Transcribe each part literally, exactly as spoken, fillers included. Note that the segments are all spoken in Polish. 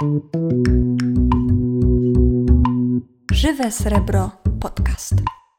Żywe Srebro Podcast.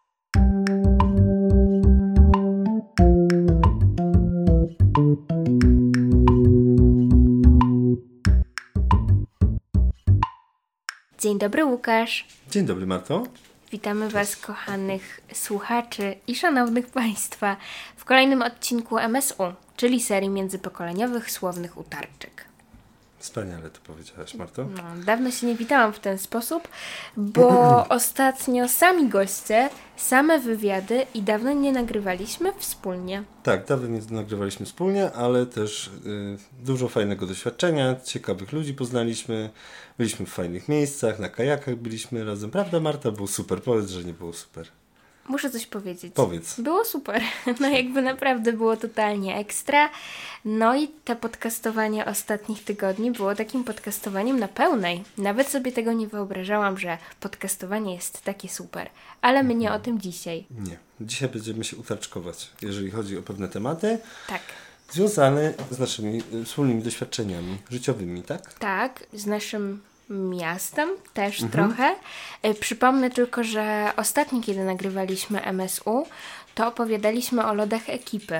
Dzień dobry, Łukasz. Dzień dobry, Marto. Witamy Was, kochanych słuchaczy i szanownych Państwa, w kolejnym odcinku M S U, czyli serii międzypokoleniowych słownych utarczek. Wspaniale to powiedziałaś, Marto. No, dawno się nie witałam w ten sposób, bo ostatnio sami goście, same wywiady i dawno nie nagrywaliśmy wspólnie. Tak, dawno nie nagrywaliśmy wspólnie, ale też y, dużo fajnego doświadczenia, ciekawych ludzi poznaliśmy, byliśmy w fajnych miejscach, na kajakach byliśmy razem. Prawda, Marta? Było super. Powiedz, że nie było super. Muszę coś powiedzieć. Powiedz. Było super. No jakby naprawdę było totalnie ekstra. No i to podcastowanie ostatnich tygodni było takim podcastowaniem na pełnej. Nawet sobie tego nie wyobrażałam, że podcastowanie jest takie super. Ale my nie o tym dzisiaj. Nie. Dzisiaj będziemy się utarczkować, jeżeli chodzi o pewne tematy. Tak. Związane z naszymi wspólnymi doświadczeniami życiowymi, tak? Tak, z naszym miastem też Mhm. trochę. Y, Przypomnę tylko, że ostatnio, kiedy nagrywaliśmy M S U, to opowiadaliśmy o lodach ekipy.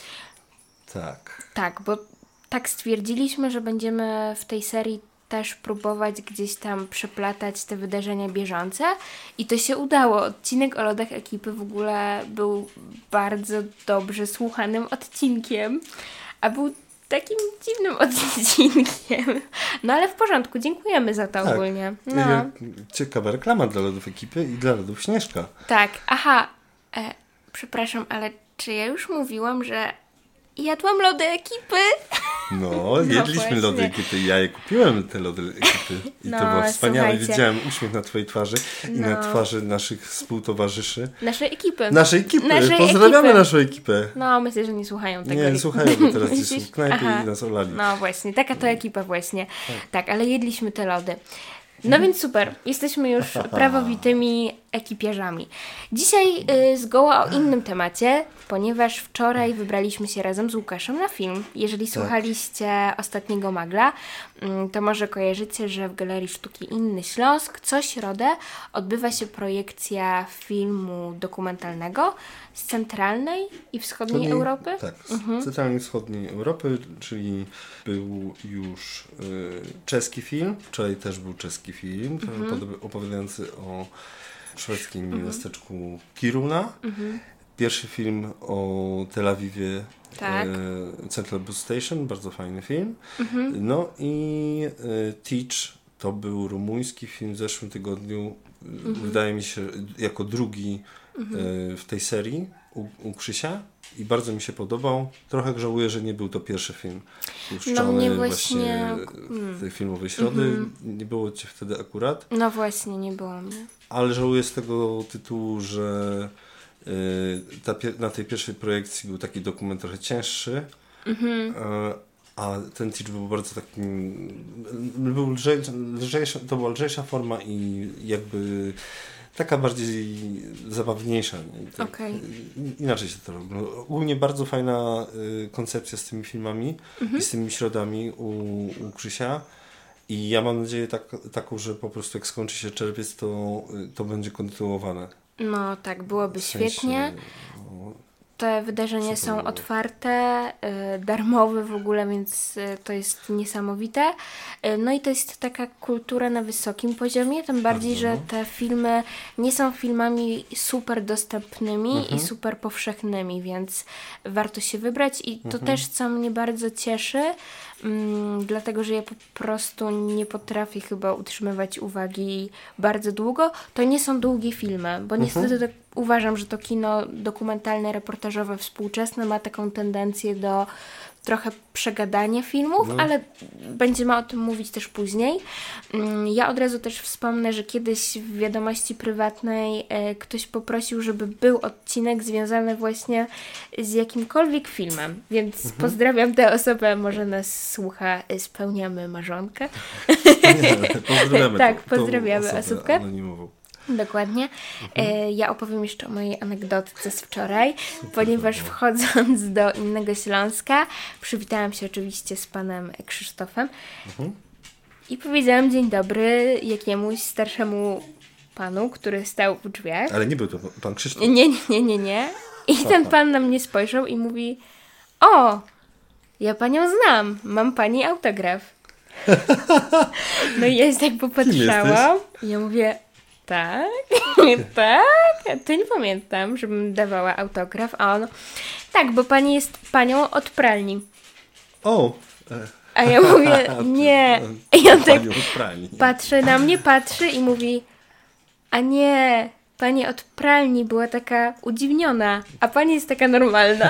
Tak. Tak, bo tak stwierdziliśmy, że będziemy w tej serii też próbować gdzieś tam przeplatać te wydarzenia bieżące i to się udało. Odcinek o lodach ekipy w ogóle był bardzo dobrze słuchanym odcinkiem, a był takim dziwnym odcinkiem. No ale w porządku, dziękujemy za to Tak. ogólnie. No. No. Ciekawa reklama dla lodów ekipy i dla lodów Śnieżka. Tak, aha, e, przepraszam, ale czy ja już mówiłam, że jadłam lody ekipy? No, jedliśmy właśnie. lody ekipy. Ja je kupiłem, te lody ekipy. I No, to było wspaniałe. słuchajcie. Widziałem uśmiech na twojej twarzy i No. na twarzy naszych współtowarzyszy. Naszej ekipy. Naszej ekipy. Naszej Pozdrawiamy ekipy. naszą ekipę. No, myślę, że nie słuchają tego. Nie, słuchają, bo teraz gdzieś są Myślisz? w knajpie Aha. i nas olali. No właśnie, taka to ekipa właśnie. Tak, ale jedliśmy te lody. No więc super, jesteśmy już prawowitymi ekipiarzami. Dzisiaj y, zgoła o innym temacie, ponieważ wczoraj wybraliśmy się razem z Łukaszem na film. Jeżeli słuchaliście ostatniego Magla, y, to może kojarzycie, że w Galerii Sztuki Inny Śląsk co środę odbywa się projekcja filmu dokumentalnego z centralnej i wschodniej Wschodniej- Europy. Tak, z centralnej wschodniej Europy, czyli był już y, czeski film. Wczoraj też był czeski film, podob- opowiadający o szwedzkim miasteczku Kiruna. Pierwszy film o Tel Awiwie, Tak. e, Central Bus Station, bardzo fajny film. No i e, Teach to był rumuński film w zeszłym tygodniu, wydaje mi się, jako drugi e, w tej serii u, u Krzysia i bardzo mi się podobał. Trochę żałuję, że nie był to pierwszy film puszczony mnie właśnie właśnie- w tej filmowej środy. Nie było cię wtedy akurat. No właśnie, nie było mnie. Ale żałuję z tego tytułu, że y, ta pie- na tej pierwszej projekcji był taki dokument trochę cięższy, y, a ten Teach był bardzo takim, był lżej, lżejsza, to była lżejsza forma i jakby taka bardziej zabawniejsza. Nie? Tak, Okej. y, Inaczej się to robi. No, ogólnie bardzo fajna y, koncepcja z tymi filmami i z tymi środami u, u Krzysia. I ja mam nadzieję tak, taką, że po prostu jak skończy się czerwiec, to, to będzie kontynuowane. No tak, byłoby W sensie, świetnie. no, Te wydarzenia Super są było. otwarte, y, darmowe w ogóle, więc y, to jest niesamowite. Y, no i to jest taka kultura na wysokim poziomie, tym bardziej, Bardzo, że no. te filmy nie są filmami super dostępnymi Mhm. i super powszechnymi, więc warto się wybrać i to Mhm. też, co mnie bardzo cieszy, mm, dlatego, że ja po prostu nie potrafię chyba utrzymywać uwagi bardzo długo, to nie są długie filmy, bo niestety tak uważam, że to kino dokumentalne, reportażowe, współczesne ma taką tendencję do trochę przegadania filmów, No. ale będziemy o tym mówić też później. Mm, Ja od razu też wspomnę, że kiedyś w wiadomości prywatnej e, ktoś poprosił, żeby był odcinek związany właśnie z jakimkolwiek filmem, więc pozdrawiam tę osobę, może nas słucha, e, spełniamy marzonkę. nie, pozdrawiamy Tak, tą- tą pozdrawiamy osobę osóbkę. anonimową. Dokładnie. E, ja opowiem jeszcze o mojej anegdotce z wczoraj, ponieważ wchodząc do Innego Śląska przywitałam się oczywiście z panem Krzysztofem i powiedziałam dzień dobry jakiemuś starszemu panu, który stał w drzwiach. Ale nie był to pan Krzysztof. Nie, nie, nie, nie, nie. I ten pan na mnie spojrzał i mówi: o, ja panią znam, mam pani autograf. No i ja się tak popatrzałam i ja mówię: tak, tak, to nie pamiętam, żebym dawała autograf. A on: tak, bo pani jest panią od pralni. O! A ja mówię: nie. I on tak pralni. patrzy na mnie, patrzy i mówi: a nie, pani od pralni była taka udziwniona, a pani jest taka normalna.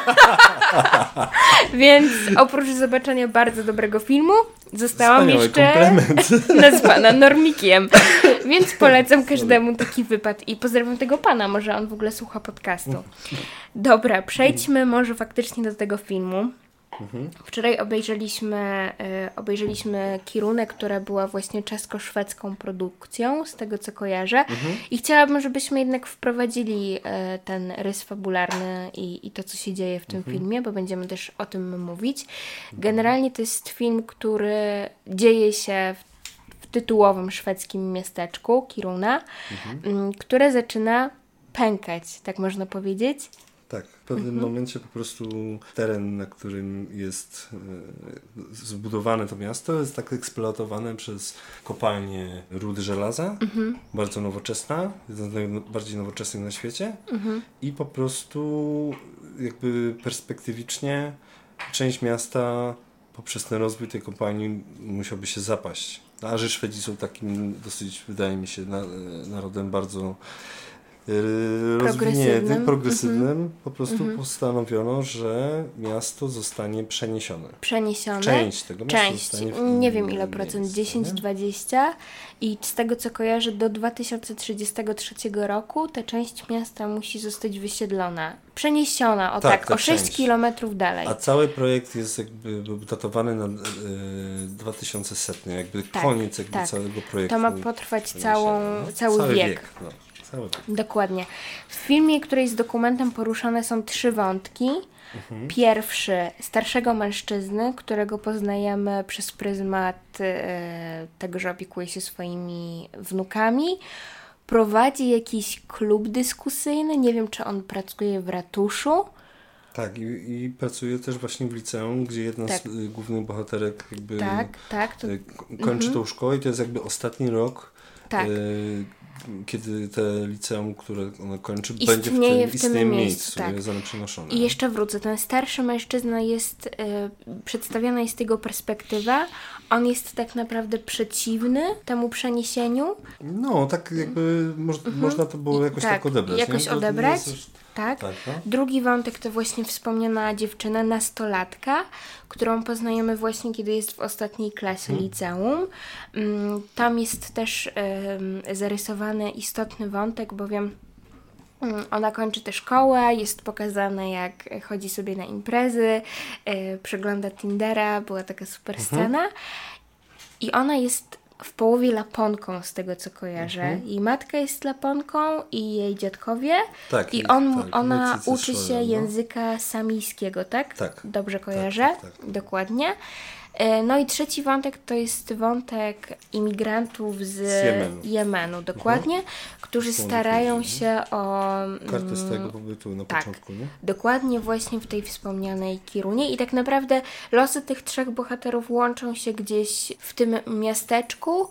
Więc oprócz zobaczenia bardzo dobrego filmu, zostałam Wspaniały jeszcze komplement. nazwana normikiem. Więc polecam każdemu taki wypad. I pozdrawiam tego pana, może on w ogóle słucha podcastu. Dobra, przejdźmy może faktycznie do tego filmu. Mhm. Wczoraj obejrzeliśmy, y, obejrzeliśmy Kirunę, która była właśnie czesko-szwedzką produkcją, z tego co kojarzę. Mhm. I chciałabym, żebyśmy jednak wprowadzili y, ten rys fabularny i, i to, co się dzieje w tym mhm. filmie, bo będziemy też o tym mówić. Generalnie to jest film, który dzieje się w, w tytułowym szwedzkim miasteczku Kiruna, mhm. y, które zaczyna pękać, tak można powiedzieć. Tak, w pewnym mhm. momencie po prostu teren, na którym jest e, zbudowane to miasto, jest tak eksploatowane przez kopalnię rudy żelaza, mhm. bardzo nowoczesna, jedna z najbardziej nowoczesnych na świecie mhm. i po prostu jakby perspektywicznie część miasta poprzez ten rozwój tej kopalni musiałby się zapaść. A że Szwedzi są takim dosyć, wydaje mi się, na, narodem bardzo rozwiniętym, progresywnym, mm-hmm. po prostu mm-hmm. postanowiono, że miasto zostanie przeniesione. Przeniesione? Część tego miasta Część. zostanie w nie wiem ile procent, dziesięć dwadzieścia i z tego co kojarzę do dwa tysiące trzydziestego trzeciego roku ta część miasta musi zostać wysiedlona. Przeniesiona, o tak, tak o sześć kilometrów dalej. A cały projekt jest jakby był datowany na y, dwa tysiące setny, jakby tak, koniec jakby tak. całego projektu. To ma potrwać całą, cały, cały wiek. wiek no. Dokładnie. W filmie, który jest dokumentem, poruszane są trzy wątki. Mhm. Pierwszy, starszego mężczyzny, którego poznajemy przez pryzmat e, tego, że opiekuje się swoimi wnukami. Prowadzi jakiś klub dyskusyjny. Nie wiem, czy on pracuje w ratuszu. Tak, i, i pracuje też właśnie w liceum, gdzie jedna tak. z y, głównych bohaterek jakby tak, tak, to... y, kończy mhm. tą szkołę i to jest jakby ostatni rok. Tak. Y, kiedy te liceum, które ona kończy, istnieje będzie w tym, w tym istnieje miejscu, miejscu tak. jest one przenoszone. I jeszcze wrócę, ten starszy mężczyzna jest, y, przedstawiona jest jego perspektywa, on jest tak naprawdę przeciwny temu przeniesieniu. No, tak jakby moż, mhm. można to było jakoś tak, tak odebrać. jakoś nie? odebrać. To, to jest... Tak. tak no? Drugi wątek to właśnie wspomniana dziewczyna, nastolatka, którą poznajemy właśnie, kiedy jest w ostatniej klasie hmm. liceum. Tam jest też um, zarysowany istotny wątek, bowiem um, ona kończy tę szkołę, jest pokazane, jak chodzi sobie na imprezy, y, przegląda Tindera, była taka super scena. Hmm. I ona jest w połowie Laponką, z tego co kojarzę. Mhm. Jej matka jest Laponką i jej dziadkowie. Tak, I on, tak, ona uczy się no. języka samijskiego, tak? Tak. Dobrze kojarzę? Tak, tak, tak. Dokładnie. No i trzeci wątek to jest wątek imigrantów z, z Jemenu. Jemenu, dokładnie, mhm. którzy starają ludzi, się o... Kartę z tego pobytu na tak, początku, nie? Dokładnie właśnie w tej wspomnianej Kirunie i tak naprawdę losy tych trzech bohaterów łączą się gdzieś w tym miasteczku,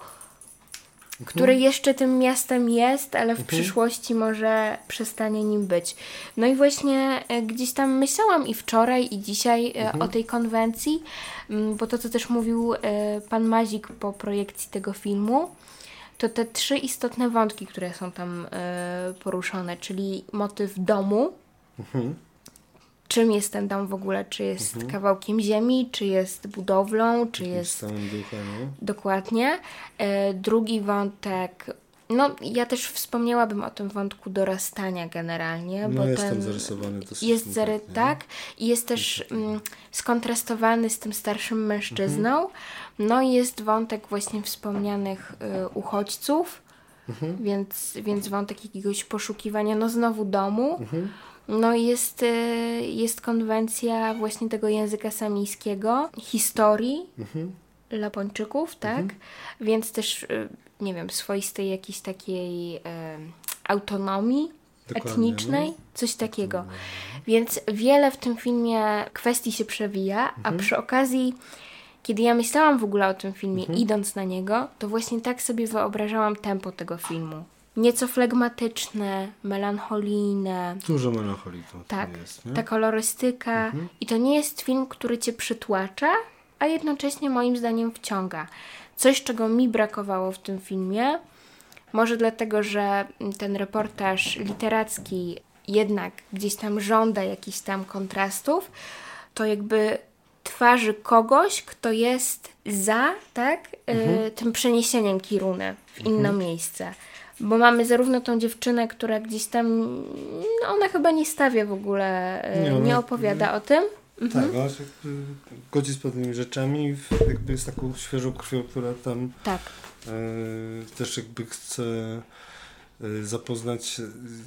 które jeszcze tym miastem jest, ale w mhm. przyszłości może przestanie nim być. No i właśnie e, gdzieś tam myślałam i wczoraj, i dzisiaj e, mhm. o tej konwencji, m, bo to, co też mówił e, pan Mazik po projekcji tego filmu, to te trzy istotne wątki, które są tam e, poruszone, czyli motyw domu, mhm. czym jest ten dom w ogóle, czy jest mhm. kawałkiem ziemi, czy jest budowlą, czy Jakimś jest... stałym duchem, nie? Dokładnie. E, drugi wątek, no ja też wspomniałabym o tym wątku dorastania generalnie, no bo jest ten tam zarysowany dosyć jest zary, tak i jest też mm, skontrastowany z tym starszym mężczyzną. Mhm. No i jest wątek właśnie wspomnianych y, uchodźców, mhm. więc, więc wątek jakiegoś poszukiwania, no znowu domu. Mhm. No i jest, jest konwencja właśnie tego języka samijskiego, historii, mhm. Lapończyków, tak? Mhm. Więc też, nie wiem, swoistej jakiejś takiej e, autonomii Dokładnie, etnicznej, no? Coś takiego. Dokładnie. Więc wiele w tym filmie kwestii się przewija, mhm. a przy okazji, kiedy ja myślałam w ogóle o tym filmie, mhm. idąc na niego, to właśnie tak sobie wyobrażałam tempo tego filmu. Nieco flegmatyczne, melancholijne. Dużo melancholii to tak, jest, nie? Ta kolorystyka. Mhm. I to nie jest film, który cię przytłacza, a jednocześnie moim zdaniem wciąga. Coś, czego mi brakowało w tym filmie, może dlatego, że ten reportaż literacki jednak gdzieś tam żąda jakichś tam kontrastów, to jakby twarzy kogoś, kto jest za, tak, mhm. y, tym przeniesieniem Kiruny w inne mhm. miejsce. Bo mamy zarówno tą dziewczynę, która gdzieś tam, no ona chyba nie stawia w ogóle, y, nie, nie opowiada nie. o tym. Mhm. Tak, ona się godzi z pewnymi rzeczami, jakby z taką świeżą krwią, która tam tak. y, też jakby chce y, zapoznać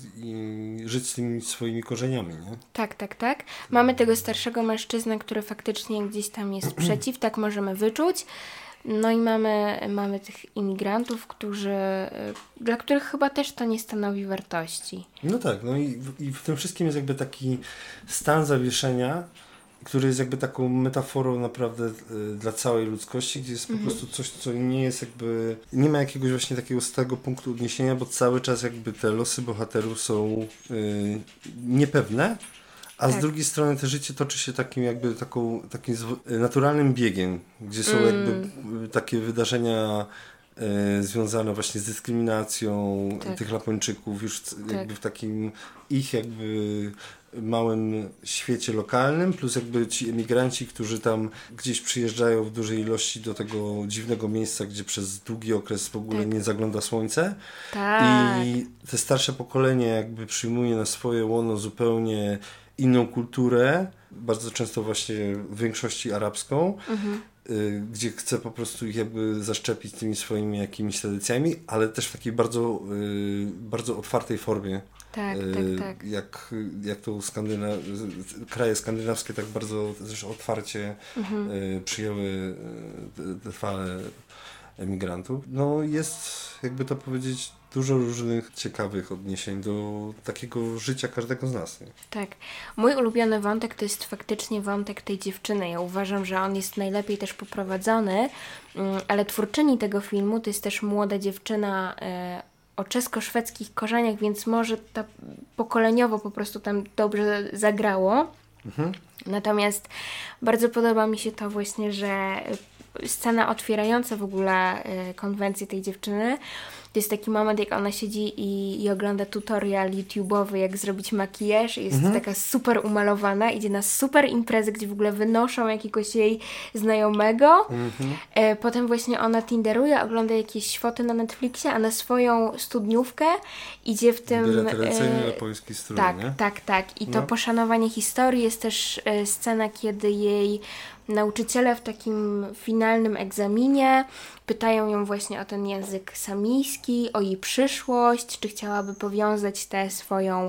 i żyć z tymi swoimi korzeniami, nie? Tak, tak, tak. Mamy tego starszego mężczyznę, który faktycznie gdzieś tam jest przeciw, tak możemy wyczuć. No i mamy, mamy tych imigrantów, którzy, dla których chyba też to nie stanowi wartości. No tak, no i, i w tym wszystkim jest jakby taki stan zawieszenia, który jest jakby taką metaforą naprawdę y, dla całej ludzkości, gdzie jest po mhm. prostu coś, co nie jest jakby, nie ma jakiegoś właśnie takiego stałego punktu odniesienia, bo cały czas jakby te losy bohaterów są y, niepewne, a tak. z drugiej strony te życie toczy się takim jakby taką, takim zw- naturalnym biegiem, gdzie są mm. jakby takie wydarzenia y, związane właśnie z dyskryminacją tak. tych Lapończyków już tak. jakby w takim ich jakby małym świecie lokalnym, plus jakby ci emigranci, którzy tam gdzieś przyjeżdżają w dużej ilości do tego dziwnego miejsca, gdzie przez długi okres w ogóle tak. nie zagląda słońce. Tak. I te starsze pokolenie jakby przyjmuje na swoje łono zupełnie inną kulturę, bardzo często właśnie w większości arabską, mhm. y, gdzie chce po prostu ich jakby zaszczepić tymi swoimi jakimiś tradycjami, ale też w takiej bardzo, y, bardzo otwartej formie. Tak, y, tak, tak. Jak, jak to Skandyna- kraje skandynawskie tak bardzo też otwarcie mhm. y, przyjęły tę falę emigrantów. No jest, jakby to powiedzieć, dużo różnych ciekawych odniesień do takiego życia każdego z nas. Nie? Tak. Mój ulubiony wątek to jest faktycznie wątek tej dziewczyny. Ja uważam, że on jest najlepiej też poprowadzony, ale twórczyni tego filmu to jest też młoda dziewczyna o czesko-szwedzkich korzeniach, więc może ta pokoleniowo po prostu tam dobrze zagrało. Mhm. Natomiast bardzo podoba mi się to właśnie, że scena otwierająca w ogóle konwencję tej dziewczyny to jest taki moment, jak ona siedzi i, i ogląda tutorial YouTube'owy, jak zrobić makijaż. Jest mhm. taka super umalowana, idzie na super imprezę, gdzie w ogóle wynoszą jakiegoś jej znajomego. Mhm. E, potem właśnie ona tinderuje, ogląda jakieś foty na Netflixie, a na swoją studniówkę idzie w tym... Bierze tradycyjny japoński strój, Tak, nie? tak, tak. I no. to poszanowanie historii jest też e, scena, kiedy jej nauczyciele w takim finalnym egzaminie pytają ją właśnie o ten język samijski, o jej przyszłość, czy chciałaby powiązać tę swoją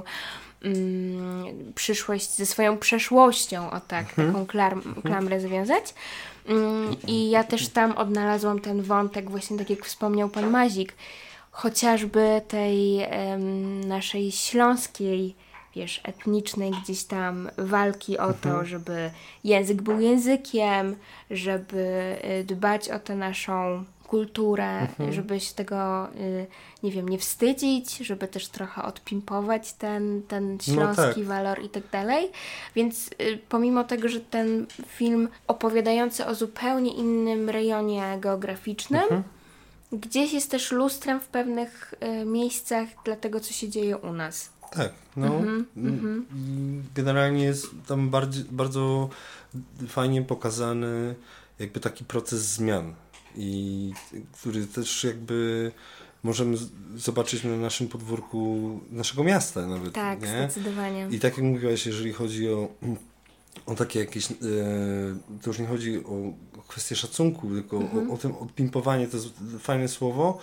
mm, przyszłość ze swoją przeszłością, o tak, hmm. taką klar- klamrę związać. Mm, I ja też tam odnalazłam ten wątek, właśnie tak jak wspomniał pan Mazik, chociażby tej em, naszej śląskiej, wiesz, etnicznej gdzieś tam walki o to, mhm. żeby język był językiem, żeby dbać o tę naszą kulturę, mhm. żeby się tego, nie wiem, nie wstydzić, żeby też trochę odpimpować ten, ten śląski no tak. walor i tak dalej. Więc pomimo tego, że ten film opowiadający o zupełnie innym rejonie geograficznym, mhm. gdzieś jest też lustrem w pewnych miejscach dla tego, co się dzieje u nas. Tak, no mm-hmm. generalnie jest tam bardzo, bardzo fajnie pokazany jakby taki proces zmian i który też jakby możemy zobaczyć na naszym podwórku naszego miasta nawet. Tak, nie? Zdecydowanie. I tak jak mówiłaś, jeżeli chodzi o, o takie jakieś, e, to już nie chodzi o kwestię szacunku, tylko mm-hmm. o, o tym odpimpowanie, to jest fajne słowo,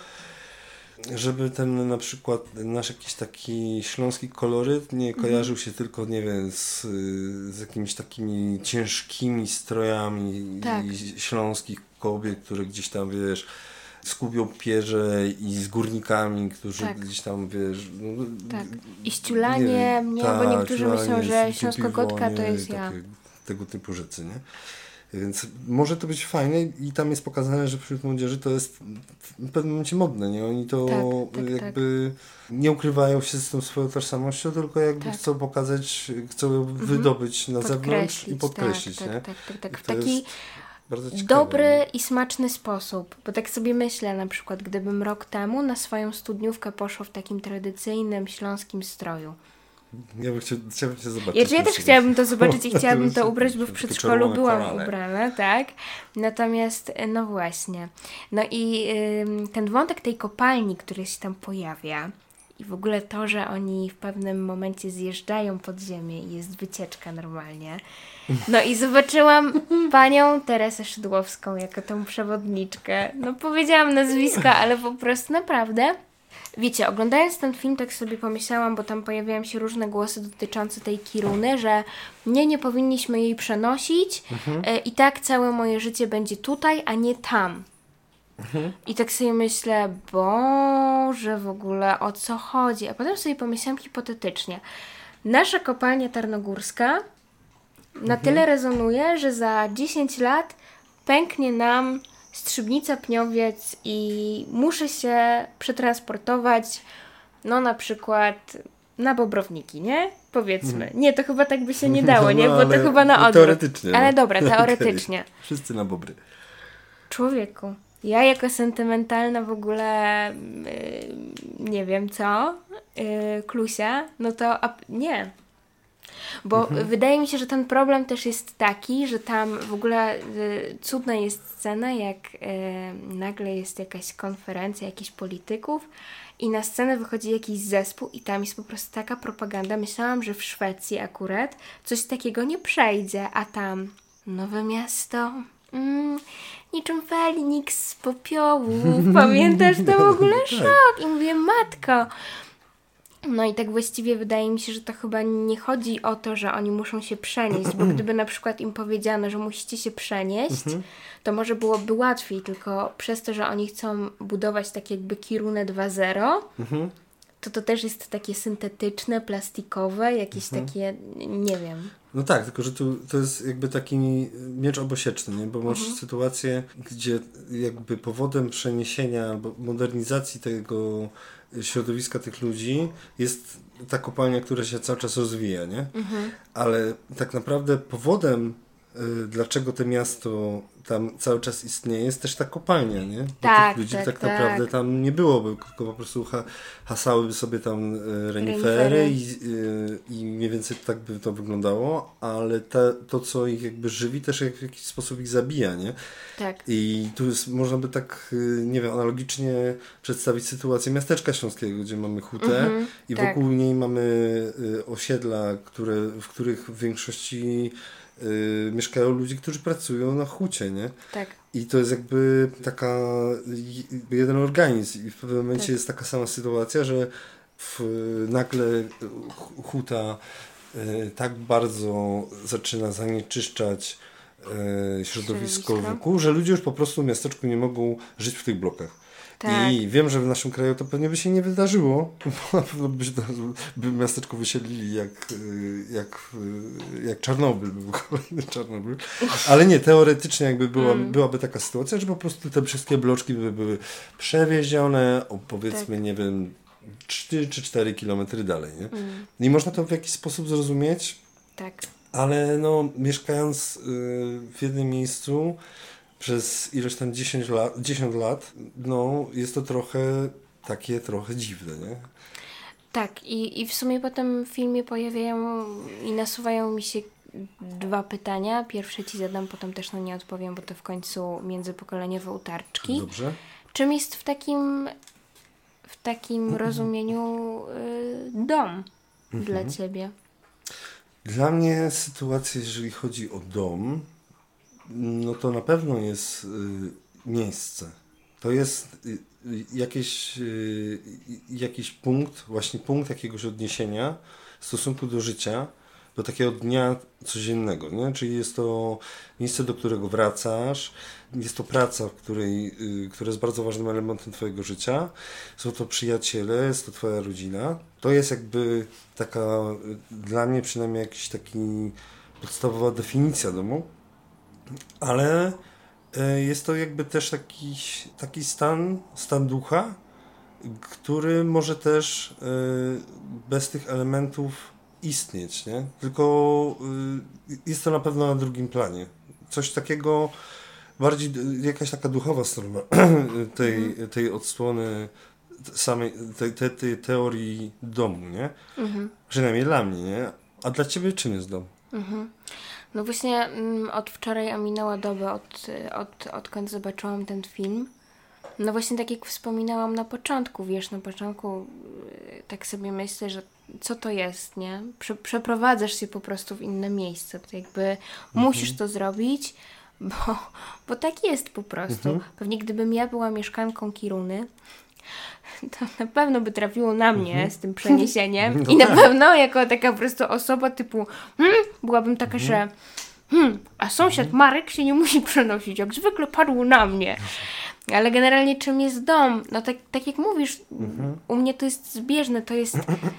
żeby ten na przykład nasz jakiś taki śląski koloryt nie kojarzył się tylko, nie wiem, z, z jakimiś takimi ciężkimi strojami tak. śląskich kobiet, które gdzieś tam, wiesz, skubią pierze i z górnikami, którzy tak. gdzieś tam, wiesz... No, tak. I ściulanie nie, mnie, ta, bo niektórzy myślą, że Śląsko-Gotka to jest ja. Takie, tego typu rzeczy, nie? Więc może to być fajne i tam jest pokazane, że wśród młodzieży to jest w pewnym momencie modne, nie? Oni to tak, tak, jakby tak. nie ukrywają się z tą swoją tożsamością, tylko jakby tak. chcą pokazać, chcą ją wydobyć mhm. na zewnątrz i podkreślić, tak, nie? Tak, tak, tak. W to taki ciekawe, dobry nie? i smaczny sposób, bo tak sobie myślę na przykład, gdybym rok temu na swoją studniówkę poszła w takim tradycyjnym śląskim stroju. Ja bym chciał, chciałbym cię zobaczyć. Ja, czy ja też chciałabym to zobaczyć i chciałabym to ubrać, bo w przedszkolu byłam korale. ubrana, tak? Natomiast, no właśnie. No i y, ten wątek tej kopalni, który się tam pojawia i w ogóle to, że oni w pewnym momencie zjeżdżają pod ziemię i jest wycieczka normalnie. No i zobaczyłam panią Teresę Szydłowską jako tą przewodniczkę. No powiedziałam nazwiska, ale po prostu naprawdę... Wiecie, oglądając ten film tak sobie pomyślałam, bo tam pojawiają się różne głosy dotyczące tej Kiruny, że nie, nie powinniśmy jej przenosić mhm. i tak całe moje życie będzie tutaj, a nie tam. Mhm. I tak sobie myślę, Boże, w ogóle o co chodzi? A potem sobie pomyślałam hipotetycznie. Nasza kopalnia tarnogórska mhm. na tyle rezonuje, że za dziesięć lat pęknie nam Strzybnica Pniowiec i muszę się przetransportować, no na przykład na Bobrowniki, nie? Powiedzmy. Nie, to chyba tak by się nie dało, nie? Bo no, to chyba na odwrót. Teoretycznie. Ale no. dobra, teoretycznie. Okay. Wszyscy na Bobry. Człowieku, ja jako sentymentalna w ogóle yy, nie wiem co, yy, Klusia, no to a, nie. Bo mhm. wydaje mi się, że ten problem też jest taki, że tam w ogóle y, cudna jest scena, jak y, nagle jest jakaś konferencja jakichś polityków i na scenę wychodzi jakiś zespół i tam jest po prostu taka propaganda. Myślałam, że w Szwecji akurat coś takiego nie przejdzie, a tam Nowe Miasto, mm, niczym Feniks z popiołów, pamiętasz, to w ogóle szok. I mówię, matko... No i tak właściwie wydaje mi się, że to chyba nie chodzi o to, że oni muszą się przenieść, bo gdyby na przykład im powiedziano, że musicie się przenieść, mhm. to może byłoby łatwiej, tylko przez to, że oni chcą budować tak jakby Kirunę dwa zero, mhm. to to też jest takie syntetyczne, plastikowe, jakieś mhm. takie, nie wiem. No tak, tylko że tu to jest jakby taki miecz obosieczny, nie? Bo masz mhm. sytuację, gdzie jakby powodem przeniesienia albo modernizacji tego środowiska tych ludzi jest ta kopalnia, która się cały czas rozwija, nie? Mhm. Ale tak naprawdę powodem, y, dlaczego to miasto tam cały czas istnieje, jest też ta kopalnia, nie? Bo tak, tych ludzi tak, tak, tak naprawdę tam nie byłoby, tylko po prostu ha, hasałyby sobie tam y, renifery i, y, i mniej więcej tak by to wyglądało, ale te, to, co ich jakby żywi, też jak, w jakiś sposób ich zabija, nie? Tak. I tu jest, można by tak, y, nie wiem, analogicznie przedstawić sytuację miasteczka śląskiego, gdzie mamy hutę mm-hmm, i tak. wokół niej mamy y, osiedla, które, w których w większości y, mieszkają ludzie, którzy pracują na hucie, nie? Tak. I to jest jakby taka jeden organizm i w pewnym momencie tak. jest taka sama sytuacja, że w, nagle huta y, tak bardzo zaczyna zanieczyszczać y, środowisko wokół, że ludzie już po prostu w miasteczku nie mogą żyć w tych blokach. Tak. I wiem, że w naszym kraju to pewnie by się nie wydarzyło, bo na pewno by, by miasteczko wysiedlili jak, jak, jak Czarnobyl, był kolejny Czarnobyl. Ale nie, teoretycznie jakby była, mm. byłaby taka sytuacja, że po prostu te wszystkie bloczki by były przewiezione o powiedzmy, tak. nie wiem, trzy czy cztery kilometry dalej. Nie? Mm. I można to w jakiś sposób zrozumieć, tak. ale no, mieszkając w jednym miejscu przez ileś tam dziesięć lat, dziesięć lat, no jest to trochę takie trochę dziwne, nie? Tak, i, i w sumie potem w filmie pojawiają i nasuwają mi się dwa pytania. Pierwsze ci zadam, potem też na nie odpowiem, bo to w końcu międzypokoleniowe utarczki. Dobrze. Czym jest w takim w takim rozumieniu y, dom mhm. dla ciebie? Dla mnie sytuacja, jeżeli chodzi o dom, no to na pewno jest y, miejsce. To jest y, y, jakieś, y, jakiś punkt, właśnie punkt jakiegoś odniesienia w stosunku do życia, do takiego dnia codziennego, nie? Czyli jest to miejsce, do którego wracasz, jest to praca, w której, y, która jest bardzo ważnym elementem twojego życia, są to przyjaciele, jest to twoja rodzina. To jest jakby taka, y, dla mnie przynajmniej jakiś taki podstawowa definicja domu, ale y, jest to jakby też taki, taki stan, stan ducha, który może też y, bez tych elementów istnieć, nie? Tylko y, jest to na pewno na drugim planie. Coś takiego, bardziej jakaś taka duchowa strona tej, tej odsłony samej, tej, tej, tej teorii domu, nie? Mhm. Przynajmniej dla mnie, nie? A dla ciebie czym jest dom? Mhm. No właśnie mm, od wczoraj minęła doba, od, od, odkąd zobaczyłam ten film. No właśnie tak jak wspominałam na początku, wiesz, na początku yy, tak sobie myślę, że co to jest, nie? Prze- przeprowadzasz się po prostu w inne miejsce. To jakby mhm. musisz to zrobić, bo, bo tak jest po prostu. Mhm. Pewnie gdybym ja była mieszkanką Kiruny, to na pewno by trafiło na mnie mhm. z tym przeniesieniem no i na tak. pewno jako taka po prostu osoba typu hmm, byłabym taka, mhm. że hmm, a sąsiad mhm. Marek się nie musi przenosić, jak zwykle padło na mnie. Ale generalnie czym jest dom? No tak, tak jak mówisz, mhm. u mnie to jest zbieżne, to jest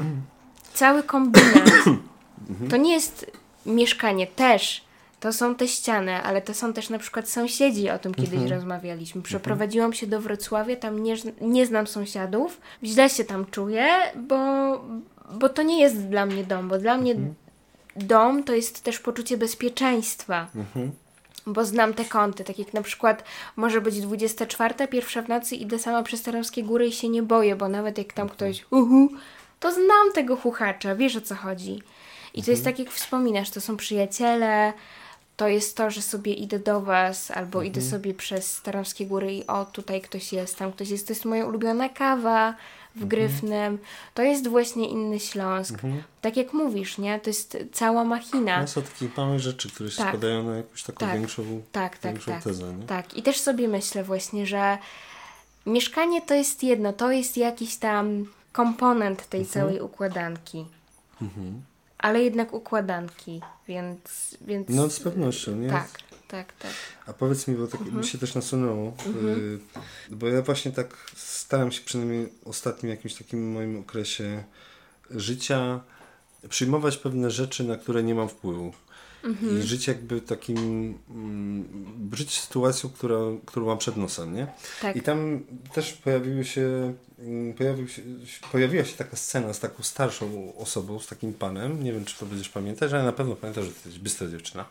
cały kombinat. To nie jest mieszkanie też. To są te ściany, ale to są też na przykład sąsiedzi, o tym kiedyś mhm. rozmawialiśmy. Przeprowadziłam się do Wrocławia, tam nie, nie znam sąsiadów. Źle się tam czuję, bo, bo to nie jest dla mnie dom, bo dla mnie mhm. dom to jest też poczucie bezpieczeństwa. Mhm. Bo znam te kąty, tak jak na przykład może być dwudziesta czwarta, pierwsza w nocy, idę sama przez Tarnowskie Góry i się nie boję, bo nawet jak tam ktoś uhu, to znam tego chuchacza, wiesz o co chodzi. I to jest tak jak wspominasz, to są przyjaciele, to jest to, że sobie idę do was, albo mhm. idę sobie przez Tarnowskie Góry i o, tutaj ktoś jest, tam ktoś jest, to jest moja ulubiona kawa w Gryfnem, to jest właśnie inny Śląsk. Mhm. Tak jak mówisz, nie? To jest cała machina. No, są takie małe rzeczy, które się tak. składają na jakąś taką tak. większą, tak, tak, większą tak. tezę. Nie? Tak, i też sobie myślę właśnie, że mieszkanie to jest jedno, to jest jakiś tam komponent tej mhm. całej układanki. Mhm. Ale jednak układanki, więc, więc... No z pewnością, nie? Tak, tak, tak. A powiedz mi, bo tak mhm. mi się też nasunęło, mhm. y, bo ja właśnie tak staram się przynajmniej w ostatnim jakimś takim moim okresie życia przyjmować pewne rzeczy, na które nie mam wpływu. Mhm. I żyć jakby takim, mm, żyć sytuacją, która, którą mam przed nosem, nie? Tak. I tam też pojawiły się, pojawił się, pojawiła się taka scena z taką starszą osobą, z takim panem, nie wiem czy to będziesz pamiętać, ale na pewno pamiętasz, że to jest bystra dziewczyna.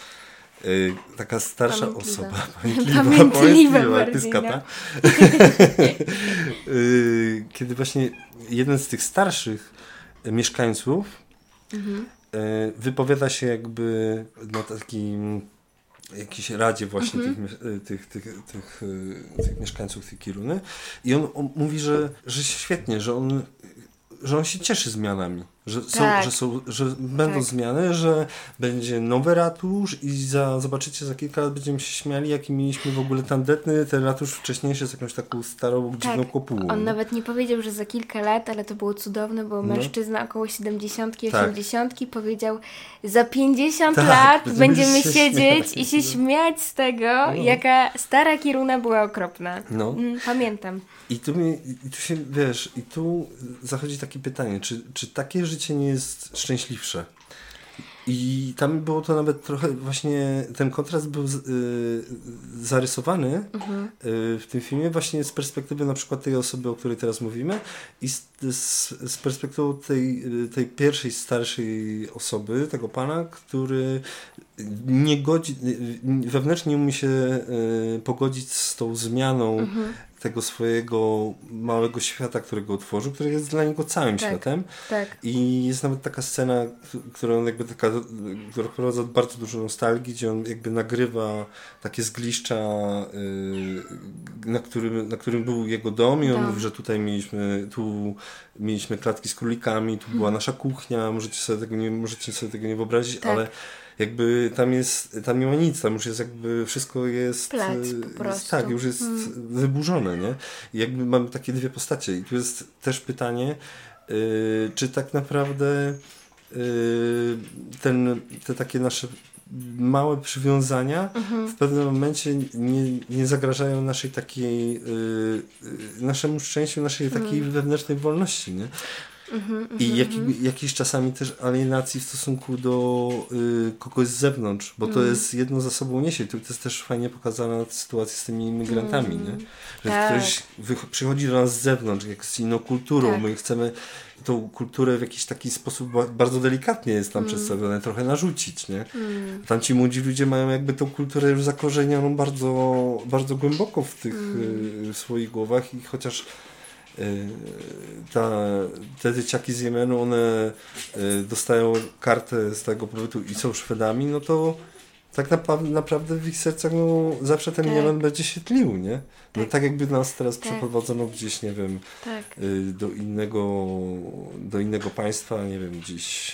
Yy, taka starsza pamiętliwa. osoba, pamiętliwa, pamiętliwa, pamiętliwa pyskata. yy, kiedy właśnie jeden z tych starszych mieszkańców mhm. wypowiada się jakby na takim jakiejś radzie właśnie mm-hmm. tych, tych, tych, tych, tych mieszkańców tej Kiruny i on, on mówi, że, że świetnie, że on, że on się cieszy zmianami, że, tak. są, że, są, że będą tak. zmiany, że będzie nowy ratusz i za, zobaczycie za kilka lat będziemy się śmiali, jaki mieliśmy w ogóle tandetny ten ratusz wcześniejszy z jakąś taką starą, tak. dziwną kopułą. On nie? nawet nie powiedział, że za kilka lat, ale to było cudowne, bo no. mężczyzna około siedemdziesiątki, osiemdziesiątki tak. powiedział, za pięćdziesiąt tak, lat będziemy, będziemy się siedzieć śmiać. i się śmiać z tego, no. jaka stara Kiruna była okropna. No. Mm, pamiętam. I tu, mi, I tu się, wiesz, i tu zachodzi takie pytanie, czy, czy takie życie nie jest szczęśliwsze? I tam było to nawet trochę właśnie, ten kontrast był z, y, zarysowany mhm. y, w tym filmie właśnie z perspektywy na przykład tej osoby, o której teraz mówimy i z, z, z perspektywy tej, tej pierwszej, starszej osoby, tego pana, który nie godzi, wewnętrznie umie się y, pogodzić z tą zmianą mhm. tego swojego małego świata, którego utworzył, który jest dla niego całym tak, światem. Tak. I jest nawet taka scena, która jakby taka, która wprowadza bardzo dużo nostalgii, gdzie on jakby nagrywa takie zgliszcza, yy, na, którym, na którym był jego dom i on dom. mówi, że tutaj mieliśmy, tu mieliśmy klatki z królikami, tu hmm. była nasza kuchnia, możecie sobie tego nie, możecie sobie tego nie wyobrazić, tak. ale jakby tam jest, tam nie ma nic, tam już jest jakby wszystko jest, Plac, po prostu. Jest tak, już jest hmm. wyburzone, nie? I jakby mamy takie dwie postacie i tu jest też pytanie, yy, czy tak naprawdę ten, te takie nasze małe przywiązania mhm. w pewnym momencie nie, nie zagrażają naszej takiej yy, naszemu szczęściu, naszej mhm. takiej wewnętrznej wolności, nie? Mhm, I jak, jakiejś czasami też alienacji w stosunku do y, kogoś z zewnątrz, bo to mm. jest jedno za sobą niesie. To jest też fajnie pokazana sytuacja z tymi imigrantami, mm. nie? Że tak. ktoś wy, przychodzi do nas z zewnątrz, jak z inną kulturą, tak. my chcemy tą kulturę w jakiś taki sposób bardzo delikatnie jest tam mm. przedstawione, trochę narzucić, nie? Mm. Tam ci młodzi ludzie mają jakby tą kulturę już zakorzenioną bardzo, bardzo głęboko w tych mm. y, w swoich głowach i chociaż Ta, te dzieciaki z Jemenu, one dostają kartę z tego pobytu i są Szwedami, no to tak naprawdę, naprawdę w ich sercach no, zawsze ten tak. Jemen będzie się tlił, nie? No, tak. tak jakby nas teraz tak. przeprowadzono gdzieś, nie wiem, tak. do innego do innego państwa, nie wiem, gdzieś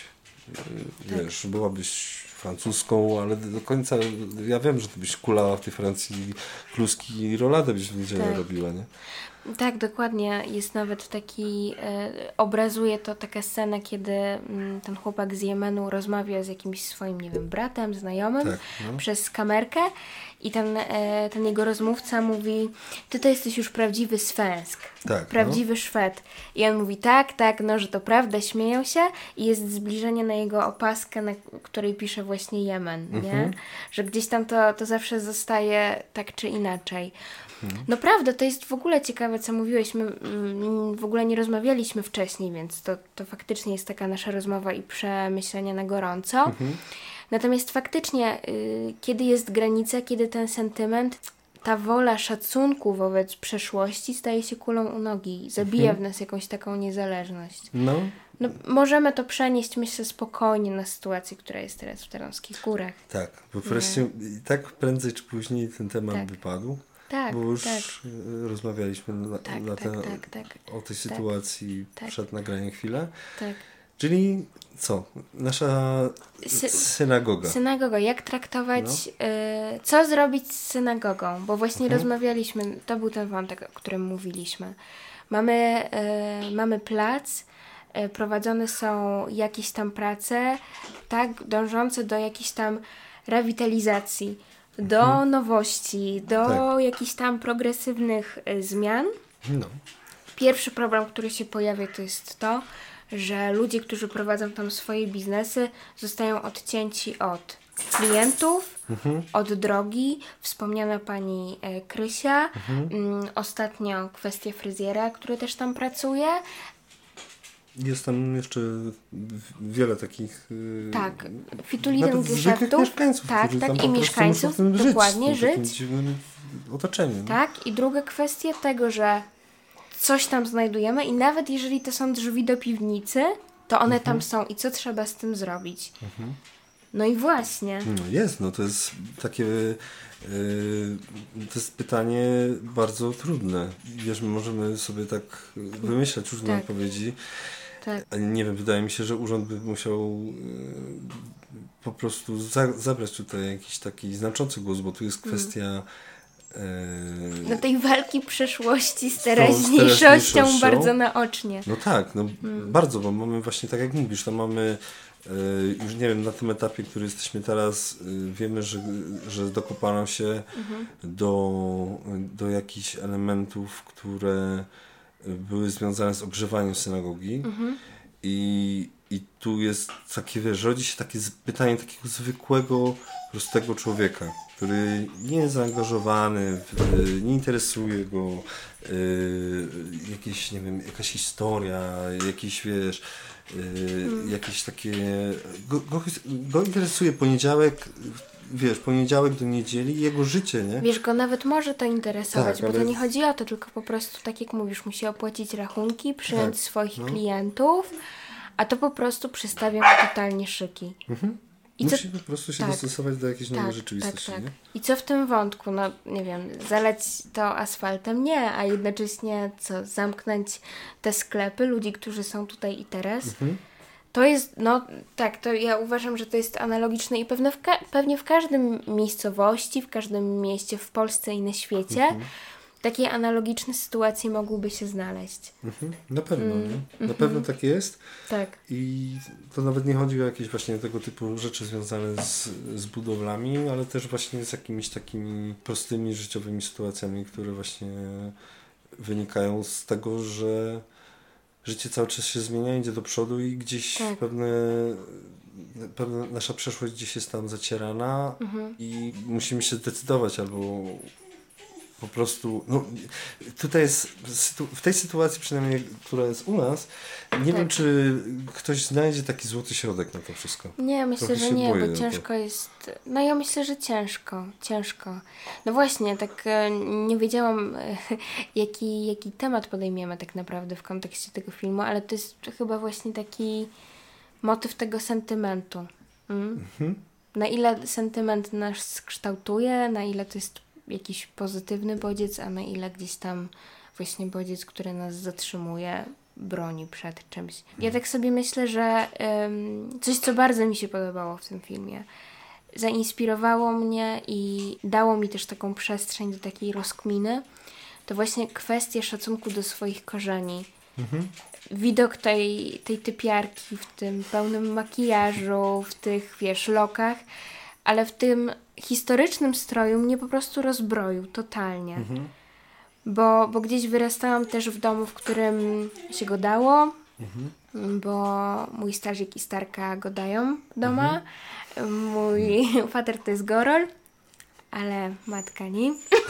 tak. wiesz, byłabyś francuską, ale do końca ja wiem, że ty byś kulała w tej Francji kluski i roladę byś w niedzielę tak. robiła, nie? Tak, dokładnie. Jest nawet taki, e, obrazuje to taka scena, kiedy m, ten chłopak z Jemenu rozmawia z jakimś swoim, nie wiem, bratem, znajomym tak, no. przez kamerkę i ten, e, ten jego rozmówca mówi, ty to jesteś już prawdziwy svensk, tak, prawdziwy no. Szwed. I on mówi, tak, tak, no, że to prawda, śmieją się i jest zbliżenie na jego opaskę, na której pisze właśnie Jemen, mhm. nie? Że gdzieś tam to, to zawsze zostaje tak czy inaczej. No prawda, to jest w ogóle ciekawe, co mówiłeś. My w ogóle nie rozmawialiśmy wcześniej, więc to, to faktycznie jest taka nasza rozmowa i przemyślenia na gorąco. Mhm. Natomiast faktycznie, y, kiedy jest granica, kiedy ten sentyment, ta wola szacunku wobec przeszłości staje się kulą u nogi, zabija mhm. w nas jakąś taką niezależność. No. No, możemy to przenieść, myślę, spokojnie na sytuację, która jest teraz w Tarnowskich Górach. Tak, bo wreszcie i tak prędzej czy później ten temat tak. wypadł. Tak, bo już tak. rozmawialiśmy na, tak, na ten, tak, tak, tak, o tej sytuacji tak, przed nagraniem chwilę. Tak. Czyli co? Nasza Sy- synagoga. Synagoga. Jak traktować, no. y, co zrobić z synagogą? Bo właśnie mhm. rozmawialiśmy, to był ten wątek, o którym mówiliśmy. Mamy, y, mamy plac, y, prowadzone są jakieś tam prace, tak, dążące do jakiejś tam rewitalizacji, do hmm. nowości, do tak. jakichś tam progresywnych y, zmian. No. Pierwszy problem, który się pojawia, to jest to, że ludzie, którzy prowadzą tam swoje biznesy, zostają odcięci od klientów, mhm. od drogi. Wspomniana pani e, Krysia. Mhm. Mm, ostatnio kwestia fryzjera, który też tam pracuje. Jest tam jeszcze wiele takich yy, tak, fitulidem geschäftów, mieszkańców, tak, tak i mieszkańców, dokładnie żyć. W dziwnym otoczeniu. Tak, i druga kwestia tego, że coś tam znajdujemy i nawet jeżeli to są drzwi do piwnicy, to one mhm. tam są i co trzeba z tym zrobić? Mhm. No i właśnie. No jest, no to jest takie yy, to jest pytanie bardzo trudne. Wiesz, my możemy sobie tak wymyślać różne tak. odpowiedzi. Tak. Nie wiem, wydaje mi się, że urząd by musiał yy, po prostu za, zabrać tutaj jakiś taki znaczący głos, bo tu jest kwestia yy, no tej walki przyszłości z teraźniejszością, z teraźniejszością bardzo naocznie. No tak, no hmm. bardzo, bo mamy właśnie, tak jak mówisz, tam mamy yy, już nie wiem, na tym etapie, który jesteśmy teraz, yy, wiemy, że, że dokopano się mhm. do, do jakichś elementów, które były związane z ogrzewaniem synagogi mhm. i, i tu jest takie, wiesz, rodzi się takie pytanie takiego zwykłego, prostego człowieka, który nie jest zaangażowany, w, nie interesuje go y, jakieś, nie wiem, jakaś historia, jakiś, wiesz, y, hmm. jakieś takie, go, go, go interesuje poniedziałek, wiesz, poniedziałek do niedzieli, jego życie, nie? Wiesz, go nawet może to interesować, tak, bo ale... to nie chodzi o to, tylko po prostu, tak jak mówisz, musi opłacić rachunki, przyjąć tak, swoich no. klientów, a to po prostu przystawia mu totalnie szyki. Mhm. I musi co... po prostu się tak, dostosować do jakiejś tak, nowej rzeczywistości, tak, tak. nie? I co w tym wątku? No, nie wiem, zalać to asfaltem? Nie, a jednocześnie co? Zamknąć te sklepy ludzi, którzy są tutaj i teraz? Mhm. To jest, no tak, to ja uważam, że to jest analogiczne i pewne w ka- pewnie w każdym miejscowości, w każdym mieście w Polsce i na świecie. Mhm. takie analogiczne sytuacje mogłyby się znaleźć. Mhm. Na pewno, Mm. nie? Na Mhm. pewno tak jest. Tak. I to nawet nie chodzi o jakieś właśnie tego typu rzeczy związane z, z budowlami, ale też właśnie z jakimiś takimi prostymi życiowymi sytuacjami, które właśnie wynikają z tego, że życie cały czas się zmienia, idzie do przodu i gdzieś Tak. pewne, pewna nasza przeszłość gdzieś jest tam zacierana Mhm. i musimy się zdecydować albo po prostu, no tutaj jest, w tej sytuacji przynajmniej, która jest u nas, nie Tak. wiem, czy ktoś znajdzie taki złoty środek na to wszystko. Nie, myślę, Trochę że się nie, boję bo o to. ciężko jest. No ja myślę, że ciężko, ciężko. No właśnie, tak e, nie wiedziałam, e, jaki, jaki temat podejmiemy tak naprawdę w kontekście tego filmu, ale to jest chyba właśnie taki motyw tego sentymentu. Mm? Mhm. Na ile sentyment nas kształtuje, na ile to jest jakiś pozytywny bodziec, a na ile gdzieś tam właśnie bodziec, który nas zatrzymuje, broni przed czymś. Ja tak sobie myślę, że um, coś, co bardzo mi się podobało w tym filmie, zainspirowało mnie i dało mi też taką przestrzeń do takiej rozkminy, to właśnie kwestia szacunku do swoich korzeni. Mhm. Widok tej, tej typiarki w tym pełnym makijażu, w tych, wiesz, lokach, ale w tym historycznym stroju mnie po prostu rozbroił totalnie. Mhm. Bo, bo gdzieś wyrastałam też w domu, w którym się go dało, Mhm. bo mój starzik i starka go dają doma. Mój fater to jest Gorol, ale matka nie.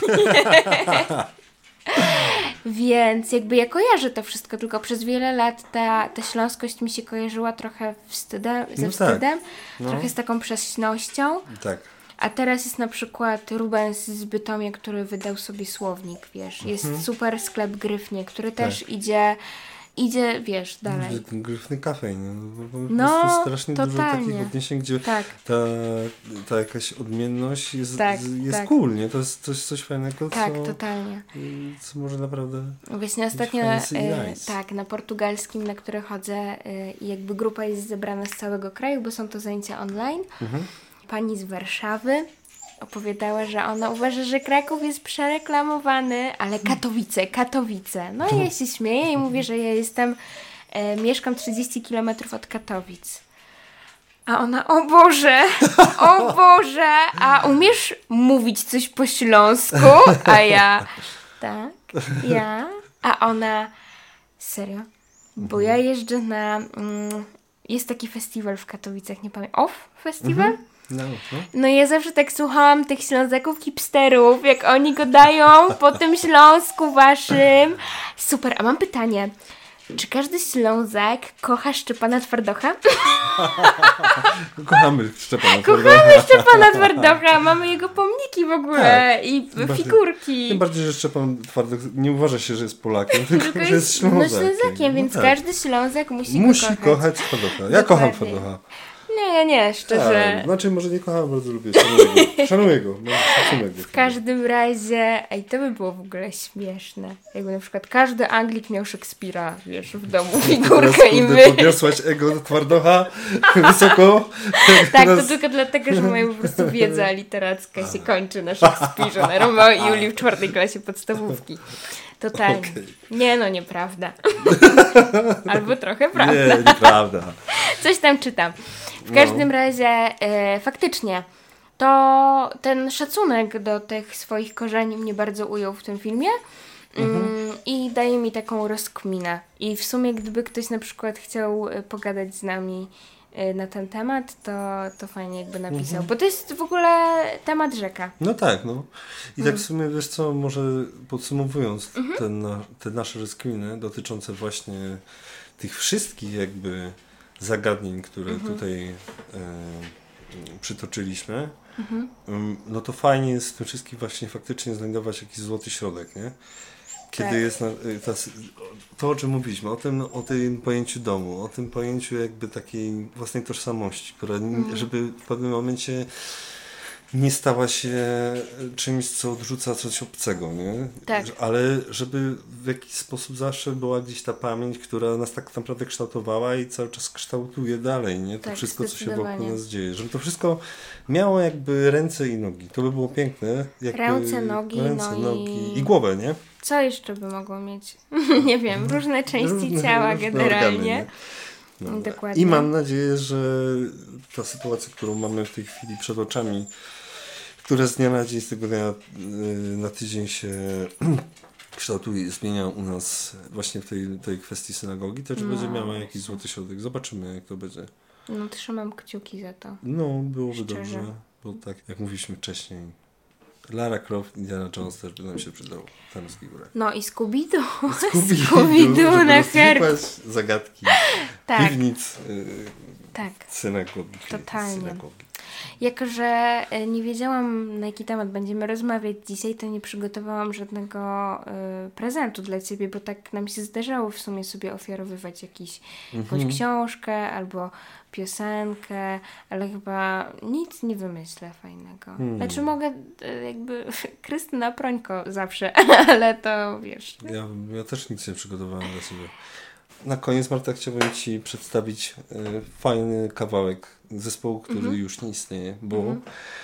Więc jakby ja kojarzę to wszystko, tylko przez wiele lat ta, ta śląskość mi się kojarzyła trochę wstydem, ze No wstydem, tak. No. trochę z taką prześnością. Tak. A teraz jest na przykład Rubens z Bytomia, który wydał sobie słownik, wiesz. Jest Mhm. super sklep Gryfnie, który też Tak. idzie, idzie, wiesz, dalej. Ten gryfny kafej, nie? Po No, prostu strasznie dużo totalnie. takich odniesień, gdzie Tak, ta, ta jakaś odmienność jest, Tak, jest tak. cool, nie? To jest coś, coś fajnego, tak, co, totalnie. co może naprawdę... Właśnie ostatnio, fancy i e, nice. tak, na portugalskim, na który chodzę, e, i jakby grupa jest zebrana z całego kraju, bo są to zajęcia online. Mhm. Pani z Warszawy opowiadała, że ona uważa, że Kraków jest przereklamowany, ale Katowice, Katowice. No i ja się śmieję i mówię, że ja jestem, e, mieszkam trzydzieści kilometrów od Katowic. A ona, o Boże, o Boże, a umiesz mówić coś po śląsku? A ja, tak, ja. A ona, serio? Bo ja jeżdżę na, mm, jest taki festiwal w Katowicach, nie pamiętam, O F F Festiwal? Mhm. No, no. No ja zawsze tak słuchałam tych Ślązaków hipsterów, jak oni go dają po tym Śląsku waszym. Super, a mam pytanie. Czy każdy Ślązak kocha Szczepana Twardocha? Kochamy Szczepana Kochamy Szczepana Twardocha, mamy jego pomniki w ogóle Tak. i Bardziej- figurki. Tym bardziej, że Szczepan Twardych nie uważa się, że jest Polakiem, tylko, Tylko że jest Ślązakiem. no, Ślązakiem, więc No tak. każdy Ślązak musi, Musi go kochać. kochać Twardocha. Ja kocham Dokładnie. Twardocha. Nie, nie, szczerze. Tak, znaczy może nie kocham, bardzo lubię. Szanuję go. Szanuję go. Mam szacunek do W każdym razie, ej, to by było w ogóle śmieszne. Jakby na przykład każdy Anglik miał Szekspira, wiesz, w domu Teraz, figurkę i kurde, my. podniosłaś ego Twardocha wysoko. Tak, Teraz- to tylko dlatego, że moja po prostu wiedza literacka się kończy na Szekspirze, na Romeo i Julii w czwartej klasie podstawówki. Totalnie. Okej. Nie no, nieprawda. Albo trochę prawda. Nie, nieprawda. Coś tam czytam. W No. każdym razie e, faktycznie to ten szacunek do tych swoich korzeni mnie bardzo ujął w tym filmie. Mm, I daje mi taką rozkminę. I w sumie gdyby ktoś na przykład chciał e, pogadać z nami e, na ten temat, to, to fajnie jakby napisał. Bo to jest w ogóle temat rzeka. No tak, no. I Mm. tak w sumie, wiesz co, może podsumowując Mhm. ten, na- te nasze rozkminy dotyczące właśnie tych wszystkich jakby zagadnień, które Mhm. tutaj e, przytoczyliśmy, ym, no to fajnie jest w tym wszystkim właśnie faktycznie znajdować jakiś złoty środek, nie? Kiedy Tak. jest na, y, ta, sy- to, o czym mówiliśmy, o tym, o tym pojęciu domu, o tym pojęciu jakby takiej własnej tożsamości, która, n- żeby w pewnym momencie nie stała się czymś, co odrzuca coś obcego, nie? Tak. Ale żeby w jakiś sposób zawsze była gdzieś ta pamięć, która nas tak naprawdę kształtowała i cały czas kształtuje dalej, nie? To tak, wszystko, co się wokół nas dzieje. Żeby to wszystko miało jakby ręce i nogi. To by było piękne. Jakby ręce, nogi, ręce, no nogi i... i głowę, nie? Co jeszcze by mogło mieć? Nie wiem, różne części różne, ciała różne generalnie. Organy, no. Dokładnie. I mam nadzieję, że ta sytuacja, którą mamy w tej chwili przed oczami, która z dnia na dzień, z tego dnia na tydzień się kształtuje i zmienia u nas właśnie w tej, tej kwestii synagogi, też no, będzie miała jakiś złoty środek. Zobaczymy, jak to będzie. No, trzymam kciuki za to. No, byłoby Szczerze. dobrze, bo tak jak mówiliśmy wcześniej, Lara Croft, Indiana Jones też by nam się przydał w Tarnowskich Górach. No i Scooby-Doo. Scooby-Doo, Scooby-Doo na herb. zagadki tak. piwnic, yy, tak. synagogi. Totalnie. Synagogi. Jako, że nie wiedziałam, na jaki temat będziemy rozmawiać dzisiaj, to nie przygotowałam żadnego y, prezentu dla Ciebie, bo tak nam się zdarzało w sumie sobie ofiarowywać jakiś, Mhm. jakąś książkę albo piosenkę, ale chyba nic nie wymyślę fajnego. Hmm. Znaczy mogę y, jakby Krystyna Prońko zawsze, ale to wiesz. Ja, ja też nic nie przygotowałem dla siebie. Na koniec, Marta, chciałbym Ci przedstawić y, fajny kawałek zespołu, który Mhm. już nie istnieje, bo Mhm.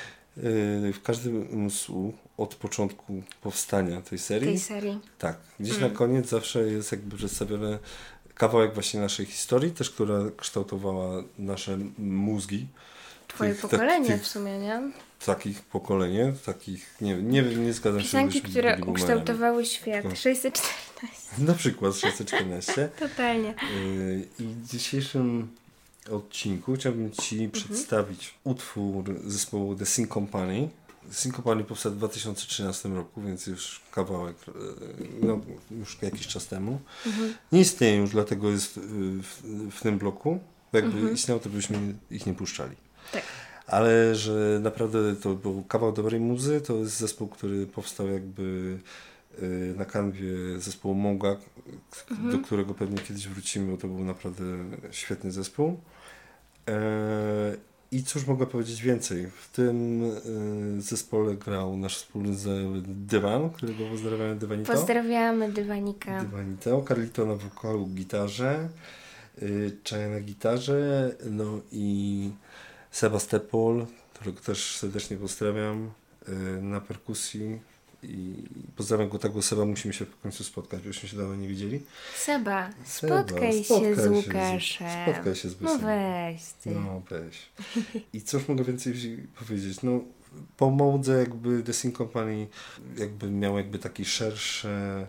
y, w każdym umysłu od początku powstania tej serii, tej serii. tak, gdzieś Mhm. na koniec zawsze jest jakby przedstawiony kawałek właśnie naszej historii, też która kształtowała nasze mózgi. Twoje Tych- pokolenie tych- w sumie, nie? Takich pokolenie, takich, nie nie, nie zgadzam się, Piosenki, żebyśmy które byli boomerami. ukształtowały świat. Tylko- sześćset czternaście. Na przykład sześćset czternaście. Totalnie. Yy, I w dzisiejszym odcinku chciałbym Ci Mhm. przedstawić utwór zespołu The Sing Company. The Sing Company powstał w dwa tysiące trzynastym roku, więc już kawałek, yy, no, już jakiś czas temu. Mhm. Nie istnieje już, dlatego jest yy, w, w tym bloku. Jakby Mhm. istniał, to byśmy ich nie puszczali. Tak. Ale że naprawdę to był kawał dobrej muzy, to jest zespół, który powstał jakby yy, na kanwie zespołu Monga, k- Mhm. do którego pewnie kiedyś wrócimy, bo to był naprawdę świetny zespół. Eee, I cóż mogę powiedzieć więcej? W tym yy, zespole grał nasz wspólny znajommy Dywan, którego pozdrawiamy, Dywanito. Pozdrawiamy Dywanika. Dywanito, Carlito na wokalu, gitarze, yy, Czaja na gitarze, no i Sebastopol, którego też serdecznie pozdrawiam, yy, na perkusji. I pozdrawiam go tak, bo Seba, musimy się w końcu spotkać, byśmy się dawno nie widzieli. Seba, Seba, spotkaj, spotkaj się z się z- Łukaszem. spotkaj się z No Bysem. weź ty. No weź. I cóż mogę więcej powiedzieć? No, po Mołdze jakby The Sing Company jakby miał jakby taki szersze,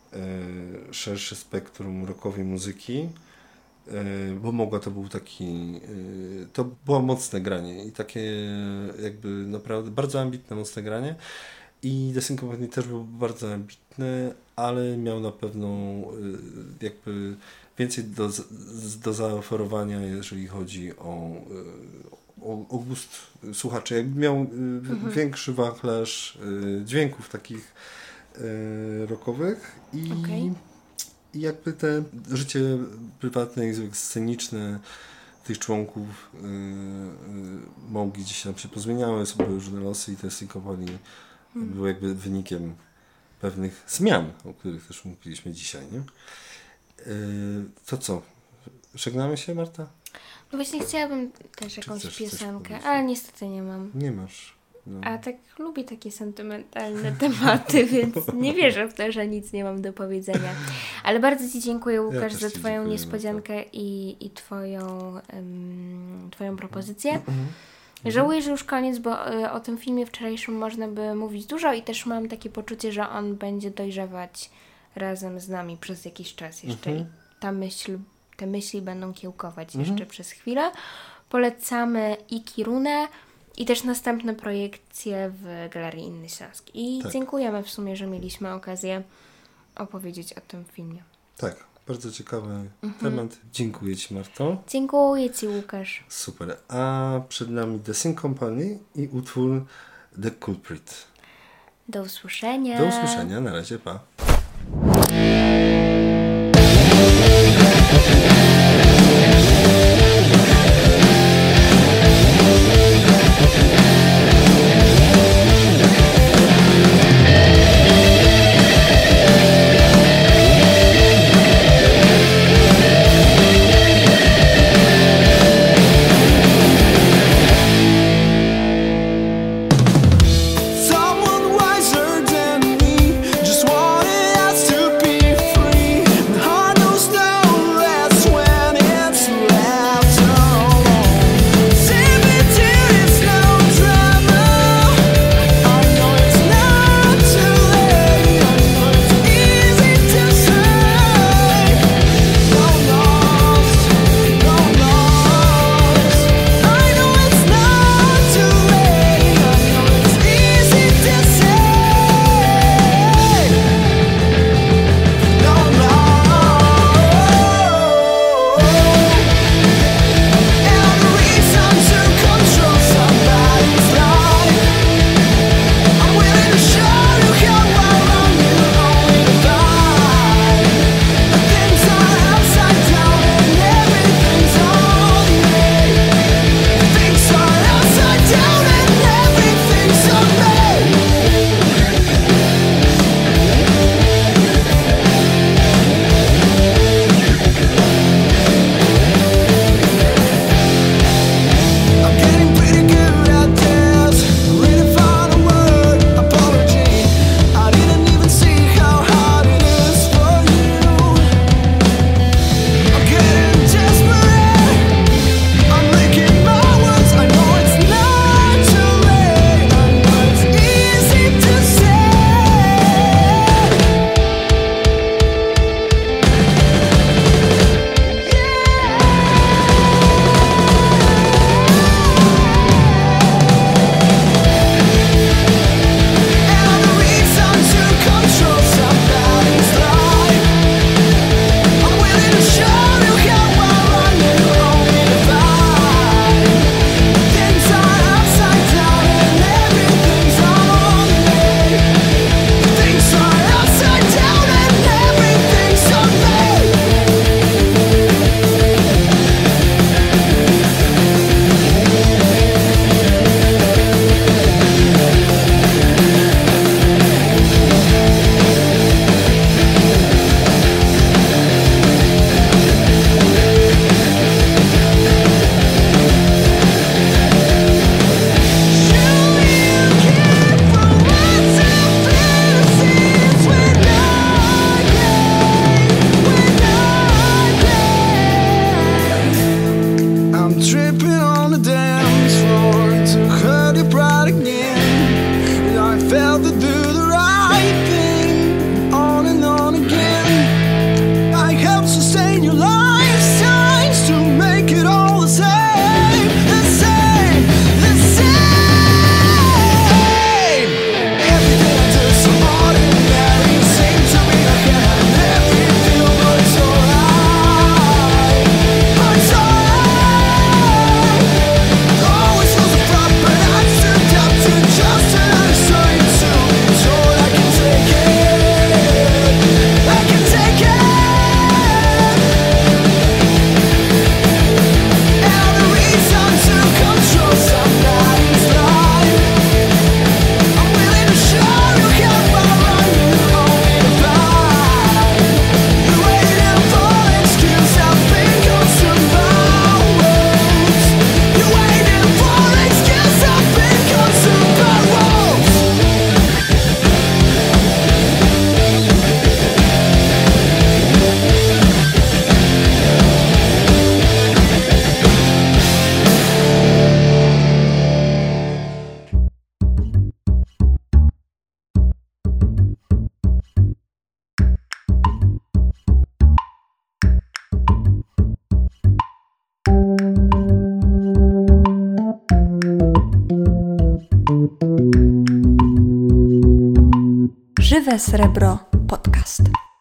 e, szersze spektrum rockowej muzyki. E, bo Mołga to był taki, e, to było mocne granie i takie jakby naprawdę bardzo ambitne, mocne granie. I The Sing Company też był bardzo ambitny, ale miał na pewno y, jakby więcej do, z- do zaoferowania, jeżeli chodzi o, y, o, o gust słuchaczy. Jakby miał y, Mhm. większy wachlarz y, dźwięków takich y, rockowych i, Okej. i jakby te życie prywatne i sceniczne tych członków y, y, Mołgi gdzieś tam się pozmieniały, są różne losy i The Sing Company był jakby wynikiem pewnych zmian, o których też mówiliśmy dzisiaj, nie? Yy, to co? Żegnamy się, Marta? No właśnie chciałabym też jakąś chcesz coś piosenkę, powiedzieć? ale niestety nie mam. Nie masz. No. A tak lubię takie sentymentalne tematy, więc nie wierzę w to, że nic nie mam do powiedzenia. Ale bardzo Ci dziękuję, Łukasz, też za Ci Twoją dziękuję, niespodziankę i, i Twoją, um, twoją propozycję. Mhm. Żałuję, że już koniec, bo y, o tym filmie wczorajszym można by mówić dużo i też mam takie poczucie, że on będzie dojrzewać razem z nami przez jakiś czas jeszcze. Mhm. I ta myśl, te myśli będą kiełkować Mhm. jeszcze przez chwilę. Polecamy i Kirunę, i też następne projekcje w Galerii Inny Śląsk. I Tak. dziękujemy w sumie, że mieliśmy okazję opowiedzieć o tym filmie. Tak, bardzo ciekawy Mhm. temat. Dziękuję Ci, Marto. Dziękuję Ci, Łukasz. Super. A przed nami The Sing Company i utwór The Culprit. Do usłyszenia. Do usłyszenia. Na razie, pa. Żywe Srebro Podcast.